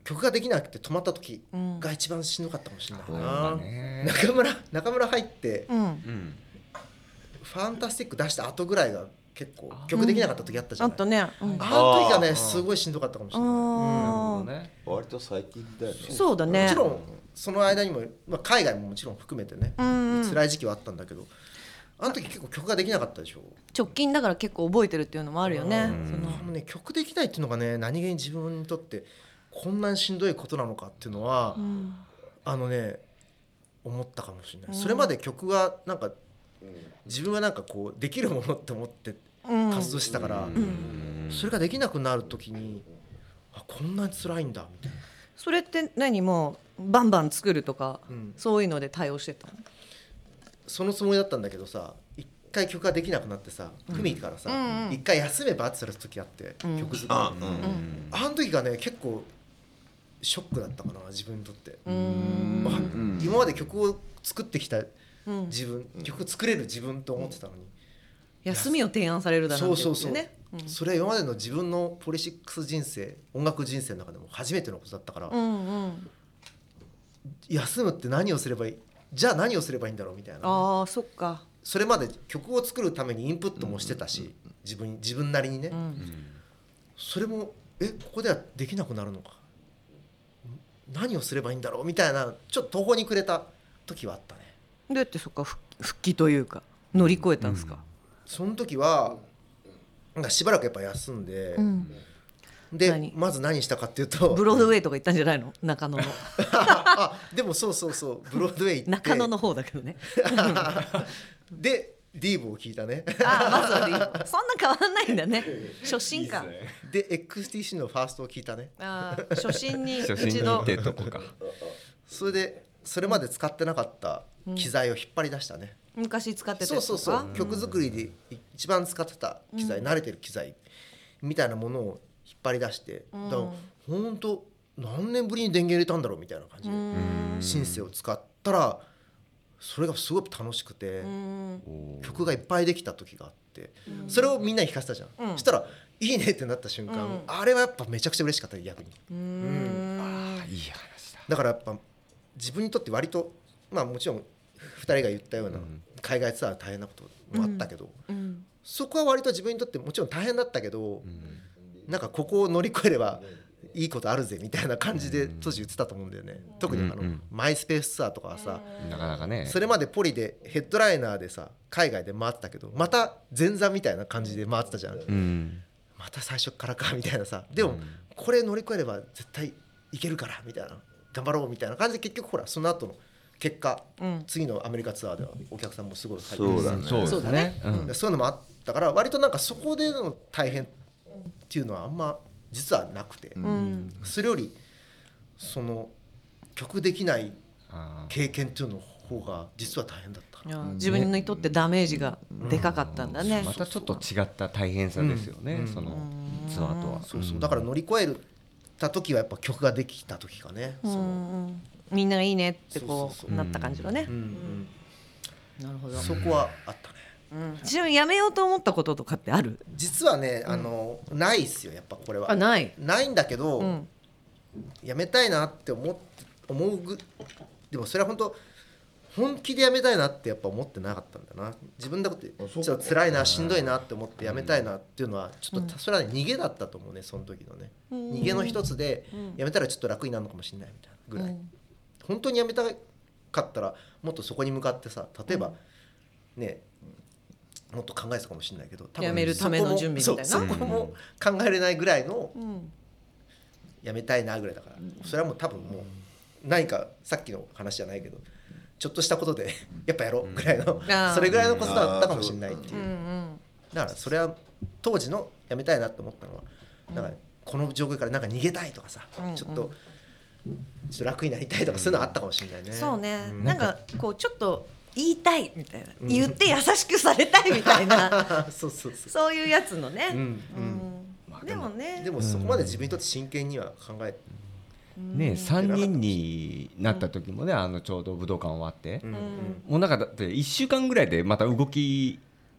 C: 曲ができなくて止まった時が一番しんどかったかもしれない
D: うん
C: な、
D: まあね
C: 中村中村入って
B: うん
D: うん
C: ファンタスティック出した後ぐらいが結構曲できなかった時あったじゃない、
B: あったね、うん
C: あの時がね
A: あー
C: すごいしんどかったかもしれない、
B: あ
D: なる
B: ー
D: ほどね
A: 割と最近だよね。
B: そうだね
C: もちろんその間にも、まあ、海外ももちろん含めてね、
B: うんうん
C: 辛い時期はあったんだけど、あの時結構曲ができなかったでしょ。
B: 直近だから結構覚えてるっていうのもあるよね、
D: うん
B: その
C: あのね、曲できないっていうのがね何気に自分にとってこんなにしんどいことなのかっていうのは、
B: うん
C: あのね思ったかもしれない、それまで曲がなんか自分はなんかこうできるものって思って
B: うん
C: 活動してたから、
D: うん
C: それができなくなる時にあこんなに辛いんだみたいな。
B: それって何もうバンバン作るとか、
C: うん
B: そういうので対応してたの？
C: そのつもりだったんだけどさ、一回曲ができなくなってさ、ふみからさ、
B: うんうん
C: 一回休めばって言われた時あって、
B: うん
C: 曲作り、
A: あ、
B: う
A: うん
B: ん
C: あの時がね結構ショックだったかな自分にとって、
B: うーん
C: まあ
A: ん
C: 今まで曲を作ってきた
B: うん
C: 自分、曲作れる自分と思ってたのに、
B: 休みを提案されるだなんて
C: そうそうそう、
B: 言ってねうん
C: それは今までの自分のポリシックス人生音楽人生の中でも初めてのことだったから、
B: うんうん
C: 休むって何をすればいい、じゃあ何をすればいいんだろうみたいな、
B: ああそっか、
C: それまで曲を作るためにインプットもしてたし、自分自分なりにね、
B: うん
C: それもえここではできなくなるのか、何をすればいいんだろうみたいなちょっと途方に暮れた時はあったね。
B: どうやってそっか復復帰というか乗り越えたんですか？
C: その時はなんかしばらくやっぱ休んで、
B: うん
C: で
B: 何
C: まず何したかっていうと
B: ブロードウェイとか行ったんじゃないの？中野の
C: あでもそうそうそうブロードウェイ行って
B: 中野の方だけどね
C: でディーブを聞いたね
B: ああまずはリーそんな変わんないんだね初心か
C: で エックスティーシー のファーストを聞いたね。
B: ああ初心に
D: 初心に
B: 一度
D: ってとこか
C: それでそれまで使ってなかった機材を引っ張り出したね、
B: 昔使ってた
C: そうそう
B: やつとか
C: そう曲作りで一番使ってた機材、慣れてる機材みたいなものを引っ張り出して、
B: うん
C: だからほんと何年ぶりに電源入れたんだろうみたいな感じで
B: うん
C: シンセを使ったらそれがすごく楽しくて、
B: うん
C: 曲がいっぱいできた時があって、それをみんなに弾かせたじゃん、
B: うん
C: そしたらいいねってなった瞬間、
B: うん
C: あれはやっぱめちゃくちゃ嬉しかった逆に。
B: うーん
D: あいい話だ
C: だからやっぱ自分にとって割とまあもちろんふたりが言ったような海外ツアーは大変なこともあったけど、
B: うん
C: そこは割と自分にとってもちろん大変だったけど、なんかここを乗り越えればいいことあるぜみたいな感じで当時言ってたと思うんだよね。特にあの、
D: うんうん
C: マイスペースツアーとかはさ、
D: なかなかね
C: それまでポリでヘッドライナーでさ海外で回ってたけどまた前座みたいな感じで回ってたじゃん、
D: うん
C: また最初からかみたいなさ、でもこれ乗り越えれば絶対いけるからみたいな頑張ろうみたいな感じで結局ほらその後の結果、
B: うん
C: 次のアメリカツアーではお客さんもすごい入って
A: そうだね
D: そうですねうん
C: でそういうのもあったから割となんかそこでの大変っていうのはあんま実はなくて、
B: うん
C: それよりその曲できない
D: あー
C: 経験っていうの方が実は大変だった。
B: いや自分にとってダメージがでかかったんだね
D: またちょっと違った大変さですよね、
C: うん
D: そのツアーとは。
C: そうそうだから乗り越えるた時はやっぱ曲ができた時かね。
B: う
C: その
B: んうんみんながいいねってこ
C: そうそうそう
B: うなった感じのね
C: うんうん
B: なるほど
C: そこはあったね。
B: うんちなみにやめようと思ったこととかってある？
C: 実はね、あのないっすよやっぱこれは。
B: あない
C: ないんだけど、
B: うん
C: やめたいなって思って思うぐでもそれは本当本気でやめたいなってやっぱ思ってなかったんだな。自分だってちょっと辛いなしんどいなって思ってやめたいなっていうのはちょっとそれはね逃げだったと思うねその時のね。
B: うん
C: 逃げの一つで
B: うん
C: やめたらちょっと楽になるのかもしれないみたいなぐらい。
B: うん
C: 本当にやめたかったらもっとそこに向かってさ例えば、ねもっと考えてたかもしれないけど多分
B: やめるための準備みたいな
C: そうそこも考えれないぐらいの
B: うん
C: やめたいなぐらいだからそれはもう多分もう何かさっきの話じゃないけどちょっとしたことでやっぱやろうぐらいの
B: ー
C: それぐらいのことだったかもしれないっていううん
B: うん
C: だからそれは当時のやめたいなと思ったのはなんかこの状況からなんか逃げたいとかさ
B: うん
C: ちょっとちょっと楽になりたいとかそういうのあったかもしれないね。
B: そうね
C: ん
B: なんかこうちょっと言いたいみたいな言って優しくされたいみたいな
C: そうそうそう
B: そういうやつのね
C: うんうん
B: うんでもね
C: でもそこまで自分にとって真剣には考えて、
D: ねさんにんになった時もねあのちょうど武道館終わって、
C: うん
B: うん
D: もうなんかだっていっしゅうかんぐらいでまた動き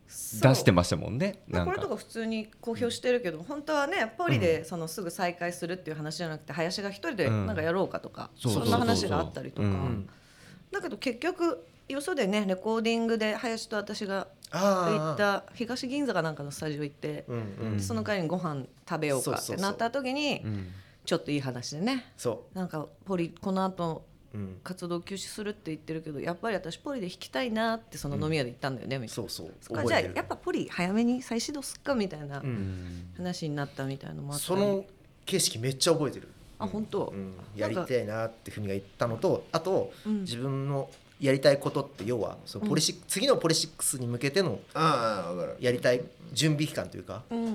D: 出してましたもんね。なんか
B: これとか普通に公表してるけど、本当はねポリでそのすぐ再開するっていう話じゃなくて、林が一人でなんかやろうかとか、
D: うん、
B: そんな話があったりとか、
D: うん、
B: だけど結局よそでねレコーディングで林と私が行った東銀座かなんかのスタジオ行って、うんうん、その帰りにご飯食べようかってなった時に、そうそうそう、ちょっといい話でね、そうなんかポリこの後活動休止するって言ってるけど、やっぱり私ポリで弾きたいなってその飲み屋で言ったんだよね、うん、みたいな。そうそう、じゃあやっぱポリ早めに再始動すっかみたいな話になったみたいなのもあったり、
C: その景色めっちゃ覚えてる。
B: あ、本当、
C: うん、やりたいなってふみが言ったのと、あと、うん、自分のやりたいことって要はそのポリシック、うん、次のポリシックスに向けてのやりたい準備期間というか、うんうん、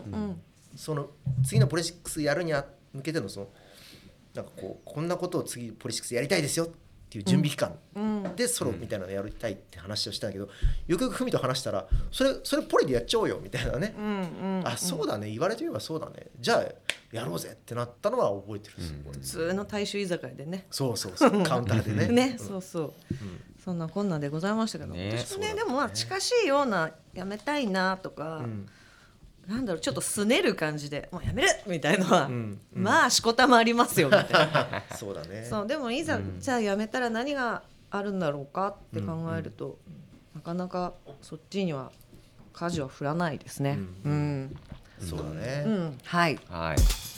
C: その次のポリシックスやるに向けてのそのなんかこうこんなことを次ポリシックスやりたいですよっていう準備期間でソロみたいなのやりたいって話をしたんだけど、よくよくふみと話したらそれそれポリでやっちゃおうよみたいなね、うんうんうん、あそうだね、言われてみればそうだね、じゃあやろうぜってなったのは覚えてる、
B: うん、普通の大衆居酒屋でね、
C: そうそうそうカウンターでね
B: ね、そうそう、うん、そんなこんなでございましたけど、ね、私もねでもまあ近しいようなやめたいなとか、うん、なんだろう、ちょっとすねる感じでもうやめるみたいなのは、うんうん、まあしこたまありますよみたいな
C: そうだね。
B: そうでもいざ、うん、じゃあやめたら何があるんだろうかって考えると、うんうん、なかなかそっちには舵は振らないですね、うんうん
C: うん、そうだね、
B: うん、はい、はい、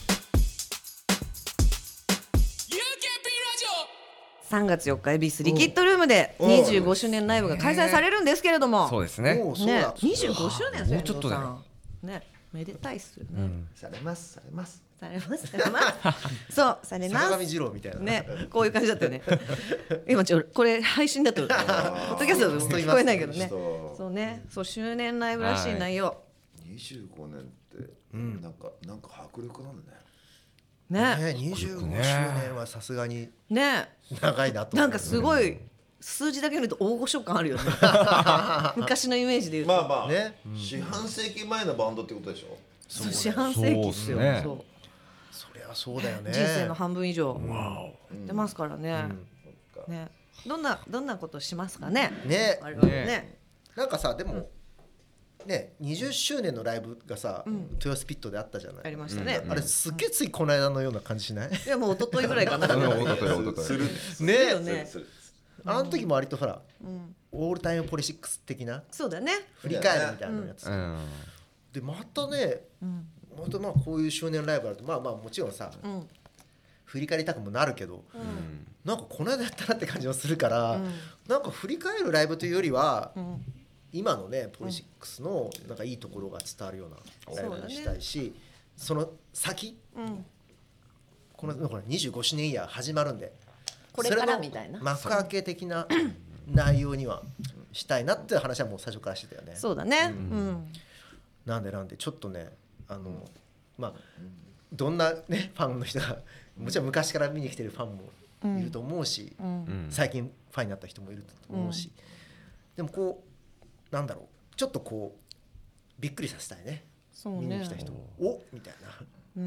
B: さんがつよっか恵比寿リキッドルームでにじゅうごしゅうねんライブが開催されるんですけれども、
D: そうですね、
B: ねにじゅうごしゅうねん、
D: もうちょっとだよ
B: ね、めでたいっすよね、
C: うん、されますされます
B: されますされますそうされます、
C: 坂上二郎みたいな
B: ね、こういう感じだったよね今ちょこれ配信だとポッドキャストだと聞こえないけどねそうね、そう周年ライブらしい内容、
A: にじゅうごねんって、うん、なんかなんか迫力なんだね
B: ね、
C: ね、にじゅうごしゅうねんはさすがに長いなと、
B: ね、なんかすごい数字だけ見ると大御所感あるよね昔のイメージで言うと、
A: まあまあ、ね、うん、四半世紀前のバンドってことでしょ。
B: そう、四半世紀ですよ、ね、そう、
C: そりゃそうだよね、
B: 人生の半分以上出ますからね、うん、ね、どんなどんなことしますかね、
C: ね、
B: 我々ね、ね、
C: なんかさでも、うんね、にじゅっしゅうねんのライブがさ、うん、豊洲ピットであったじゃない。
B: ありましたね、
C: あれすっげえついこの間のような感じしない？
B: いやもう一昨日ぐらいかな
A: 一昨日一昨日
C: ね
B: えね、
C: あの時も割とほら、うん、オールタイムポリシックス的な、
B: そうだね、
C: 振り返るみたいなやつ、うん、でまたね、うん、またまあこういう周年ライブあるとまあまあもちろんさ、うん、振り返りたくもなるけど、うん、なんかこの間やったなって感じがするから、うん、なんか振り返るライブというよりは、うん、今のねポリシックスのなんかいいところが伝わるようなライブにしたいし、 そ, ね、その先、うん、このこれにじゅうごしゅうねんイヤー始まるんで、
B: これからみたいな
C: 幕開け的な内容にはしたいなっていう話はもう最初からしてたよね。
B: そうだね、
C: うんうん、なんでなんでちょっとねあの、まあ、どんな、ね、ファンの人がもちろん昔から見に来てるファンもいると思うし、うん、最近ファンになった人もいると思うし、うん、でもこうなんだろう、ちょっとこうびっくりさせたいね、そうね、見に来た人もおみたいな、
B: うん、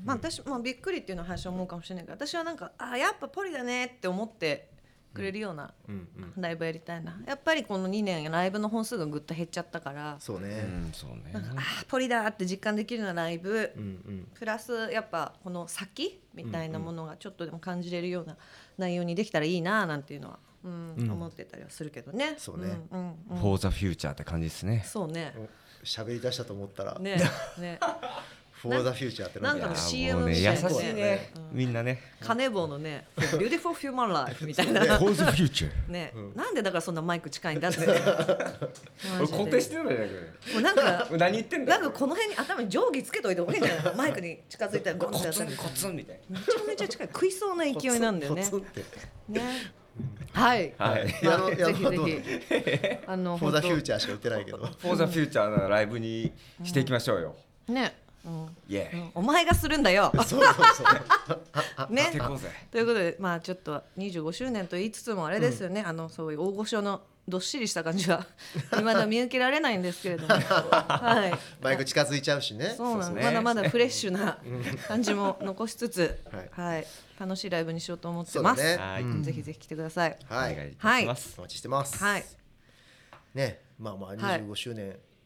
B: まあ、私、まあ、びっくりっていうのは最初思うかもしれないけど、私はなんかあやっぱポリだねって思ってくれるようなライブやりたいな。やっぱりこのにねんライブの本数がぐっと減っちゃったから、
C: そうね、うん、そうね、
B: なんかあポリだって実感できるようなライブ、うんうん、プラスやっぱこの先みたいなものがちょっとでも感じれるような内容にできたらいいななんていうのは、うんうん、思ってたりはするけどね。
C: そうね、
D: うんうんうん、For the future って感じですね。
B: そうね、
C: 喋り出したと思ったら
B: ねね
C: For the future って
B: なんかの シーエム みたいな、
D: ね、優しいね、うん、みんなね、
B: カネボウのね Beautiful Human Life みたいな
D: For the future
B: ね、うん、なんでだからそんなマイク近いんだって
D: 俺固定してるんだけど、
B: もうなんか
D: 何言ってんだ、
B: なんかこの辺に頭に定規つけといてもいいんじゃないマイクに近づいたらゴンってやったら
D: コツンみたいな、
B: めちゃめちゃ近い、食いそうな勢いなんだよねね、はい、
C: はい、まあ、ぜひぜ
B: ひあの
C: For the future しか言ってないけど
D: For the future のライブにしていきましょうよ、
B: うん、ね、うん、
D: yeah.
B: うん、お前がするんだよ
C: そうそうそう
B: ね、ということで、まあ、ちょっとにじゅうごしゅうねんと言いつつもあれですよね、うん、あのそういう大御所のどっしりした感じは未だ見受けられないんですけれども、はい、
C: マイク近づいちゃうしね、
B: そうなの、まだまだフレッシュな感じも残しつつ、はいはい、楽しいライブにしようと思ってます、ね、はい、ぜひぜひ来てください、
C: はい、
B: はい、
C: お待ちしてます、
B: はい、
C: ね、まあまあにじゅうごしゅうねん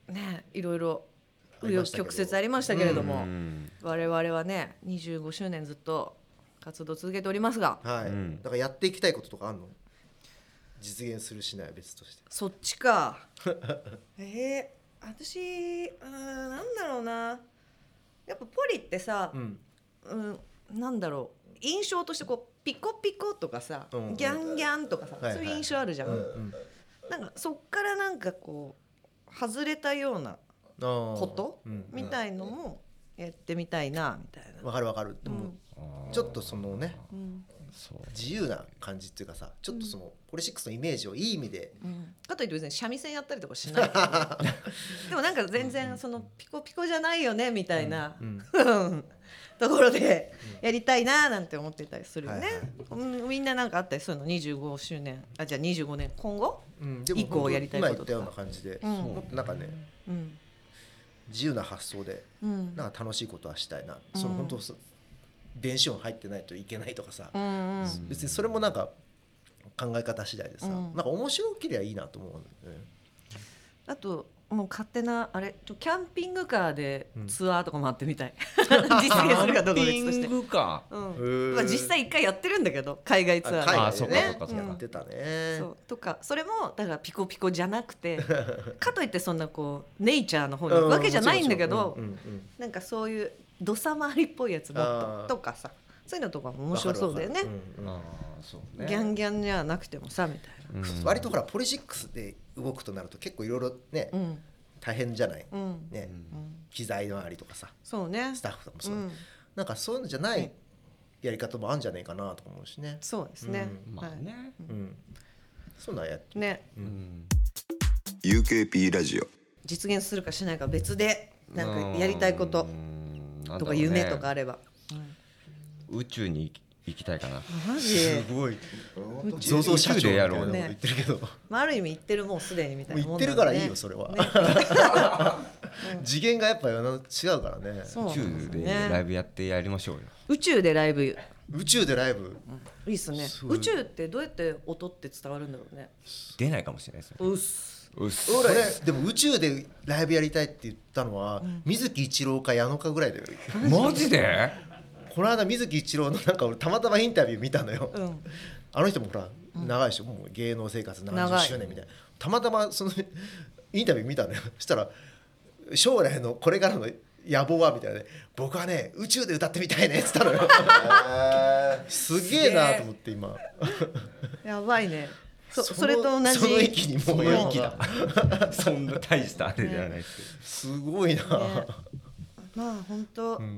B: ねいろいろ紆余曲折ありましたけれども、
D: うん、
B: 我々はねにじゅうごしゅうねんずっと活動続けておりますが、
C: はい、
D: うん、
C: だからやっていきたいこととかあるの？実現するしないは別として。
B: そっちかえー、私あーなんだろうな、やっぱポリってさ、
C: うん
B: うん、なんだろう印象としてこうピコピコとかさ、
C: うんうん、
B: ギャンギャンとかさ、
C: はいはい、
B: そういう印象あるじゃん、
C: うんうん、
B: なんかそっからなんかこう外れたようなこと、うん、みたいのもやってみたいなみたいな。
C: わかるわかる。でも、うん、ちょっとそのね、うん、自由な感じっていうかさ、ちょっとその、うん、ポリシックスのイメージをいい意味で、うん、
B: かといって別に三味線やったりとかしないでもなんか全然そのピコピコじゃないよねみたいな、うんうん、ところでやりたいななんて思ってたりするよね、はいはい、みんななんかあったりするの？にじゅうごしゅうねん、あ、じゃあにじゅうごねん今後、うん、以降やりたいこととか。
C: 今言ったような感じで、うん、もっとなんかね、うん、自由な発想で、うん、なんか楽しいことはしたいな、うん、その本当電子音入ってないといけないとかさ、うんうん、別にそれもなんか考え方次第でさ、うん、なんか面白ければいいなと思う、ね、あ
B: ともう勝手なあれキャンピングカーでツアーとか回ってみたい、うん、実現するかどうか別として。キャンピングカー、うん、まあ、実際一回やってるんだけど海外ツアーで、ね、
C: あ、そうかそうかそうか、やってたね。
B: そうとかそれもだからピコピコじゃなくてかといってそんなこうネイチャーの方に行くわけじゃないんだけど、なんかそういう土佐回りっぽいやつもっととかさ、そういうのとかも面白そうだよね。うんうん、あ、そうね、ギャンギャンじゃなくてもさみたいな、
C: うん、割とほらポリシックスで動くとなると結構いろいろね、うん、大変じゃない、うんねうん、機材のありとかさ、
B: そうね、
C: スタッフもそう、うん、なんかそういうのじゃないやり方もあるんじゃないかなと思うしね。
B: そうですね、
C: うん、
B: まあ
C: ね、うん、そんなやって
B: ね、
C: うん、
A: ユーケーピー ラジオ
B: 実現するかしないか別でなんかやりたいこととか夢とかあれば、
D: うん、宇宙に行きたいかな。
B: マジ
C: すごいゾゾ社長みたいなの言ってるけど、ね、
B: まあ、ある意味言ってるもうすでにみたいなもん
C: だ、ね、言ってるからいいよそれは、ね次元がやっぱ違うからね。
D: 宇宙でライブやってやりましょうよ。
B: 宇宙でライブ
C: 宇宙でライブ、うん、
B: いいっすね。宇宙ってどうやって音って伝わるんだろうね。
D: 出ないかもしれないですね。
B: うっす
C: うっす。俺でも宇宙でライブやりたいって言ったのは、うん、水木一郎か矢野かぐらいだよ。
D: マジで？
C: この間水木一郎のなんか俺たまたまインタビュー見たのよ、うん、あの人もほら長いでしょ、もう芸能生活ななじゅっしゅうねんみたいな、たまたまそのインタビュー見たのよ。そしたら将来のこれからの野望はみたいな、僕はね宇宙で歌ってみたいねって言ったのよすげえなと思って今
B: やばいね。 そ, それと同じ
C: その域にもう域だ
D: そんな大したあれではないですけど、ね、
C: すごいな、ね、
B: まあ本当、うん、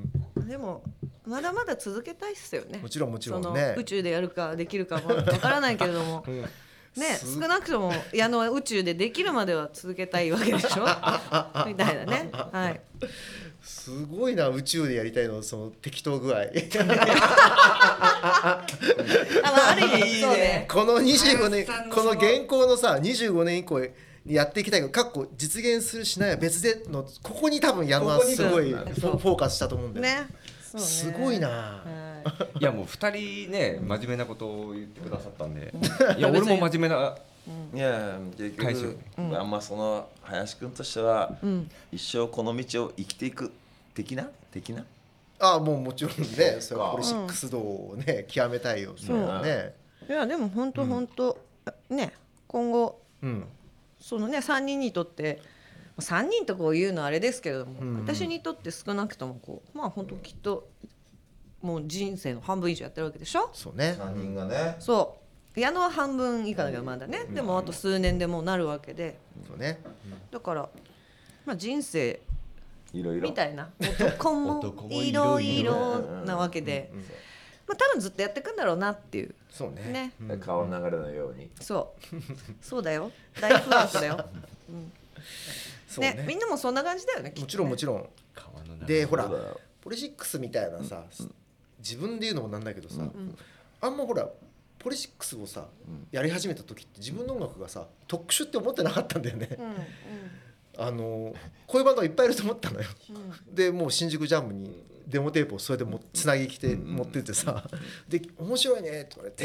B: でもまだまだ続けたいっすよね。
C: もちろんもちろんね、
B: その宇宙でやるかできるかもわからないけれども、うん、ね、少なくとも矢野は宇宙でできるまでは続けたいわけでしょみたいなね、はい、
C: すごいな、宇宙でやりたいのその適当具合あ、
B: まあ、ある意味そうね、
C: このにじゅうごねんこの現行のさにじゅうごねん以降やっていきたいけど、かっこ実現するしないは別での、ここに多分矢野はすごいフォーカスしたと思うんだよね。ね、すごいな、
D: はい、いやもうふたりね真面目なことを言ってくださったんでいや俺も真面目な、
A: うん、いや結局、うん、あんまその林くんとしては、うん、一生この道を生きていく的な的な、
C: ああもうもちろんね、それはポリシックス道をね、うん、極めたいよ、
B: そうね。いやでも本当本当ね、今後、うん、そのねさんにんにとってさんにんとこう言うのはあれですけれども、うんうん、私にとって少なくともこうまあ本当きっともう人生の半分以上やってるわけでしょ。
C: そうね、
A: さんにんがね。
B: そう矢野は半分以下だけどまだね、うん、でもあと数年でもうなるわけで、
C: そうね、
B: うん、だから、まあ、人生
A: いろいろ
B: みたいな男もいろいろなわけで、まあ、多分ずっとやっていくんだろうなっていう。
C: そうね、
A: ね、川の流れのように、
B: そうそうだよ、大不安だよ、うんねね、みんなもそんな感じだよね。
C: もちろんもちろん。でほらポリシックスみたいなさ、うん、自分で言うのもなんだけどさ、うん、あんまほらポリシックスをさ、うん、やり始めた時って自分の音楽がさ特殊って思ってなかったんだよね、うんうん、あのこういうバンドがいっぱいいると思ったのよ、うん、でもう新宿ジャムにデモテープをそれでもつなぎきて持ってってさ、で面白いねって言われて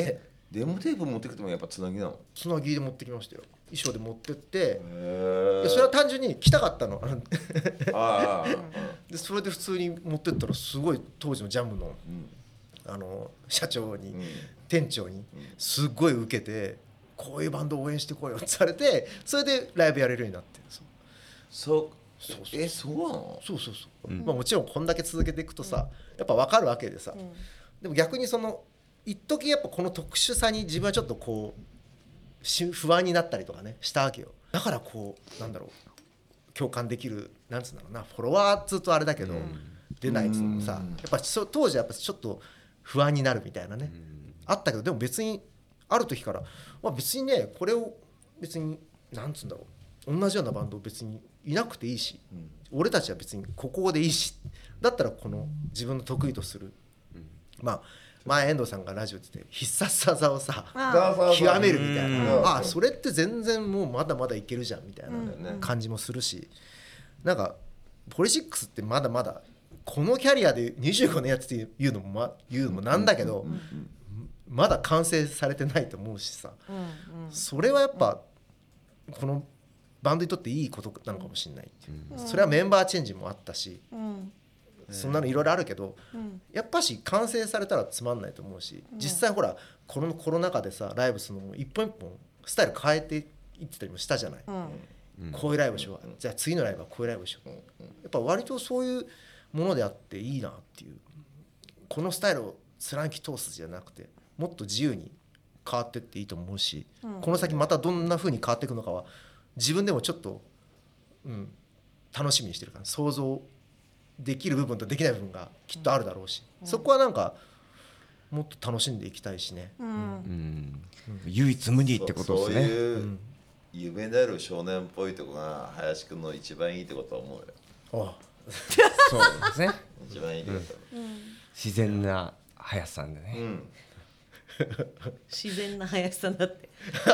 A: デモテープ持ってくてもやっぱつなぎなの？
C: つなぎで持ってきましたよ。衣装で持ってって、
A: へ
C: でそれは単純に着たかったの
A: あ
C: でそれで普通に持ってったらすごい当時のジャムの、
A: うん、
C: あの社長に、
A: うん、
C: 店長にすっごい受けて、こういうバンドを応援してこいよってされて、それでライブやれるようになって。
A: そう
C: そうそう
A: えそうなの？
C: そうそうそう、
D: うん
C: まあ、もちろんこんだけ続けていくとさ、やっぱ分かるわけでさ、
B: うん
C: でも逆にその一時やっぱこの特殊さに自分はちょっとこうし不安になったりとかねしたわけよ。だからこうなんだろう、共感できるなんつうんだろうな、フォロワーっつうとあれだけど、
A: うん
C: 出ないっつうのもさ、
A: うん
C: やっぱそ当時はやっぱちょっと不安になるみたいなね、あったけど、でも別にある時から、まあ、別にねこれを別になんつうんだろう、同じようなバンド別にいなくていいし、
A: うん
C: 俺たちは別にここでいいし、だったらこの自分の得意とする、まあ前遠藤さんがラジオで言って必殺技をさ
B: あ
C: 極めるみたいな、
A: うん
C: ああそれって全然もうまだまだいけるじゃんみたい
A: うん
C: な感じもするし、なんかポリシックスってまだまだこのキャリアでにじゅうごねんやってて言うのも、ま、言うのもなんだけど、まだ完成されてないと思うしさ、
B: うんうん
C: それはやっぱこのバンドにとっていいことなのかもしれないっていう、それはメンバーチェンジもあったし、
B: うん
C: そんなのいろいろあるけど、
B: うん
C: やっぱし完成されたらつまんないと思うし、実際ほらこのコロナ禍でさライブするのも一本一本スタイル変えていってたりもしたじゃない、
B: うん
C: こういうライブしよう、じゃあ次のライブはこういうライブしよう、やっぱ割とそういうものであっていいなっていう、このスタイルを貫き通すじゃなくてもっと自由に変わってっていいと思うし、
B: うん
C: この先またどんな風に変わっていくのかは自分でもちょっと、うん、楽しみにしてるから、想像できる部分とできない部分がきっとあるだろうし、
B: うん
C: そこはなんかもっと楽しんでいきたいしね、
B: うん
D: うん唯一無二ってことですね。
A: そういう夢である少年っぽいとこが林くんの一番いいってことは思うよ。
C: あ
D: そうですね。
A: 一番いいってことは、
D: 自然な林さんでね。
A: うん
B: 自然な林さんだって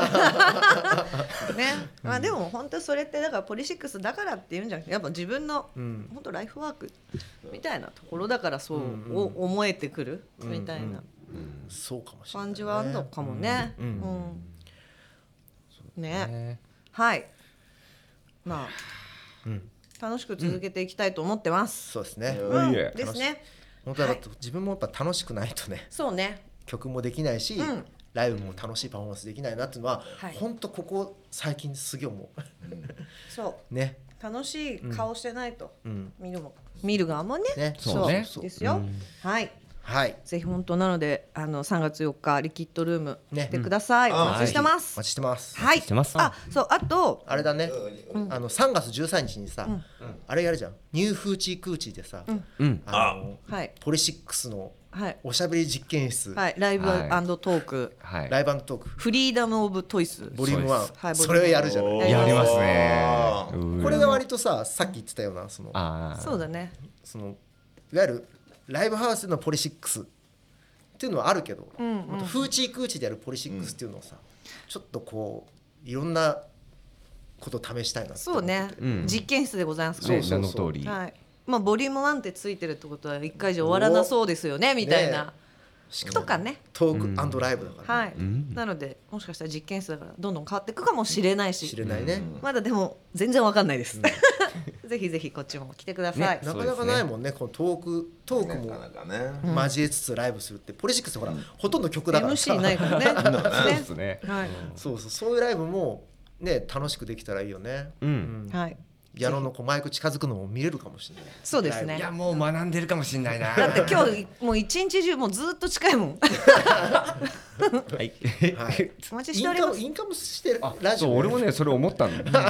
B: ね、まあでも本当それってだからポリシックスだからっていうんじゃなくて、やっぱ自分の
C: うん
B: 本当ライフワークみたいなところだからそう
C: うん
B: お思えてくるみたいな
C: そうかもしれない、ね、
B: 感じはあるのかもね。
C: うんうん
B: うんね、
D: ね
B: はい、まあ
C: うん
B: 楽しく続けていきたいと思ってます。
C: そうですね、
A: うん
D: いえ
B: ですね。
C: 本当はだって自分もやっぱ楽しくないとね
B: そうね。
C: 曲もできないし、
B: うん
C: ライブも楽しいパフォーマンスできないなっていうのは、
B: はい
C: 本当ここ最近すげえ思
B: そう
C: ね、
B: 楽しい顔してないと、
C: うん、
B: 見るも見る側もね。
C: ね
D: そうね
C: そう
B: ですよ。
D: うん
B: はい。
C: はい
B: ぜひ本当なのであのさんがつよっかリキッドルーム
C: ね
B: 来てください。
A: うん
B: お待ちしてま
C: お
B: す。
C: 待ちしてます、
B: はい。
D: してます
B: あ、そうあと
C: あれだね、あのさんがつじゅうさんにちにさ、あれやるじゃん、ニューフーチークーチーでさ、
D: うん
C: あの
B: はい
C: ポリシックスの
B: はい
C: おしゃべり実験室、
B: はいライブ
D: はい
B: アンドトーク、
D: はい
C: ライブトーク
B: フリーダムオブトイス。
C: ボリュームワン、
B: はい
C: それをやるじゃない、
D: やりますね
A: あー
D: うん
C: これが割とささっき言ってたようなその
D: あー
B: そうだね。
C: そのいわゆるライブハウスでのポリシックスっていうのはあるけど、
B: うんうん
C: またフーチークーチーでやるポリシックスっていうのをさ、ちょっとこういろんなことを試したいなって
B: そうね、
D: うん
B: 実験室でございますから。
D: ね名の通り
B: はい。まあボリュームワンってついてるってことは一回じゃ終わらなそうですよねみたいな、
C: しかも
B: とかね。
C: トークライブだから、ね
B: はい、
D: ん
B: なのでもしかしたら実験室だからどんどん変わっていくかもしれないし、
C: 知れないね、
B: まだでも全然わかんないです、ぜひぜひこっちも来てください、
D: ね
C: なかなかないもんねこのトークトークも
A: なかなかね、
C: 交えつつライブするって、ポリシックスほら、ほとんど曲だからさ
B: エムシー ないからね
D: そうですね
B: はい、
C: そうそうそういうライブもね楽しくできたらいいよね、
D: うん
B: はい、
C: 矢野のこうマイク近づくのも見れるかもしれない。
B: そうですね
C: ライ
D: いやもう学んでるかもしれないな
B: だって今日もう一日中もうずっと近いもん
D: はい
C: ブはい
B: お待ち
C: インカ
B: しております
C: ムインカムしてる
D: あ
C: ラジオ
D: そう俺もねそれ思ったの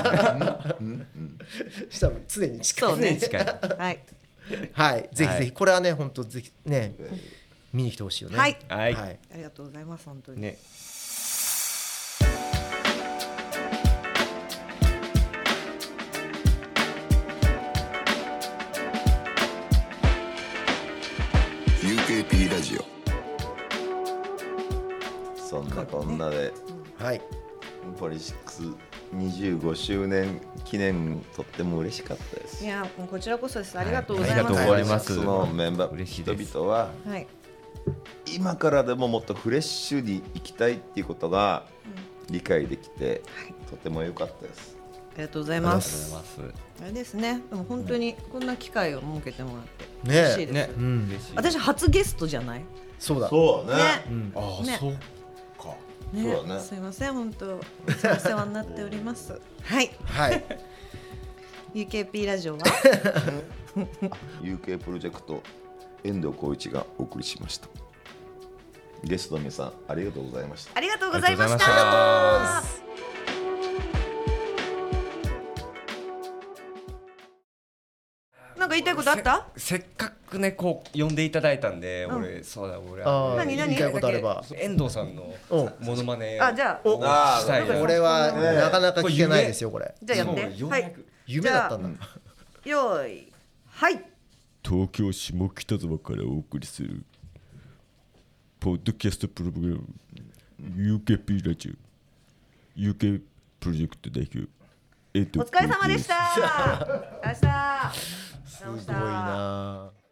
C: したら常に近い
B: そうね
D: 常に近い
B: はい、
C: はいぜひぜ
D: はい
C: ひこれはね本当ぜひね見に来てほしいよね
B: はい
D: はい
C: はい
B: ありがとうございます本当に、
D: ね
E: ユーケーピー ラジオ
A: そんなこんなで
C: はい
A: ポリシックスにじゅうごしゅうねん記念とっても嬉しかったです。
B: いやもうこちらこそですありがとうござい
D: ありが
B: ます、
D: とうございます
A: ポリシックスのメンバー
D: 嬉しいです
A: 人々は
B: はい、
A: 今からでももっとフレッシュにいきたいっていうことが理解できて、とても良かったです。
B: ありがとうございます。あれですね。でも本当にこんな機会を設けてもらって嬉しいです。
C: ね、うん、
B: 私初ゲストじゃない？
C: そうだ。
A: そうね。
B: ね
D: うん、ああ、
B: ね、
D: そうか。
B: ね、
A: そうだね。
B: すいません本当お世話になっております。はい。
C: はい。
B: ユーケーピー ラジオは
A: ユーケー プロジェクト遠藤浩一がお送りしました。ゲストの皆さんありがとうございました。
B: ありがとうございました。
C: ありがとうございます。
B: なんか言いたいことあった？
D: せ, せっかくねこう呼んでいただいたんで、うん、俺そうだ俺
C: あ何何言いたいことあれば
D: 遠藤さんのモノマネ
B: あじゃ
D: をしたい。
C: これはなかなか聞けないですよこれ。
B: じゃあやって。はい。
C: 夢だったんだ。
B: よーいはい
A: 東京下北沢からお送りするポッドキャストプログラム ユーケーピー ラジオ ユーケー プロジェクト代表
B: お疲れ様でした。明日
C: すごいな。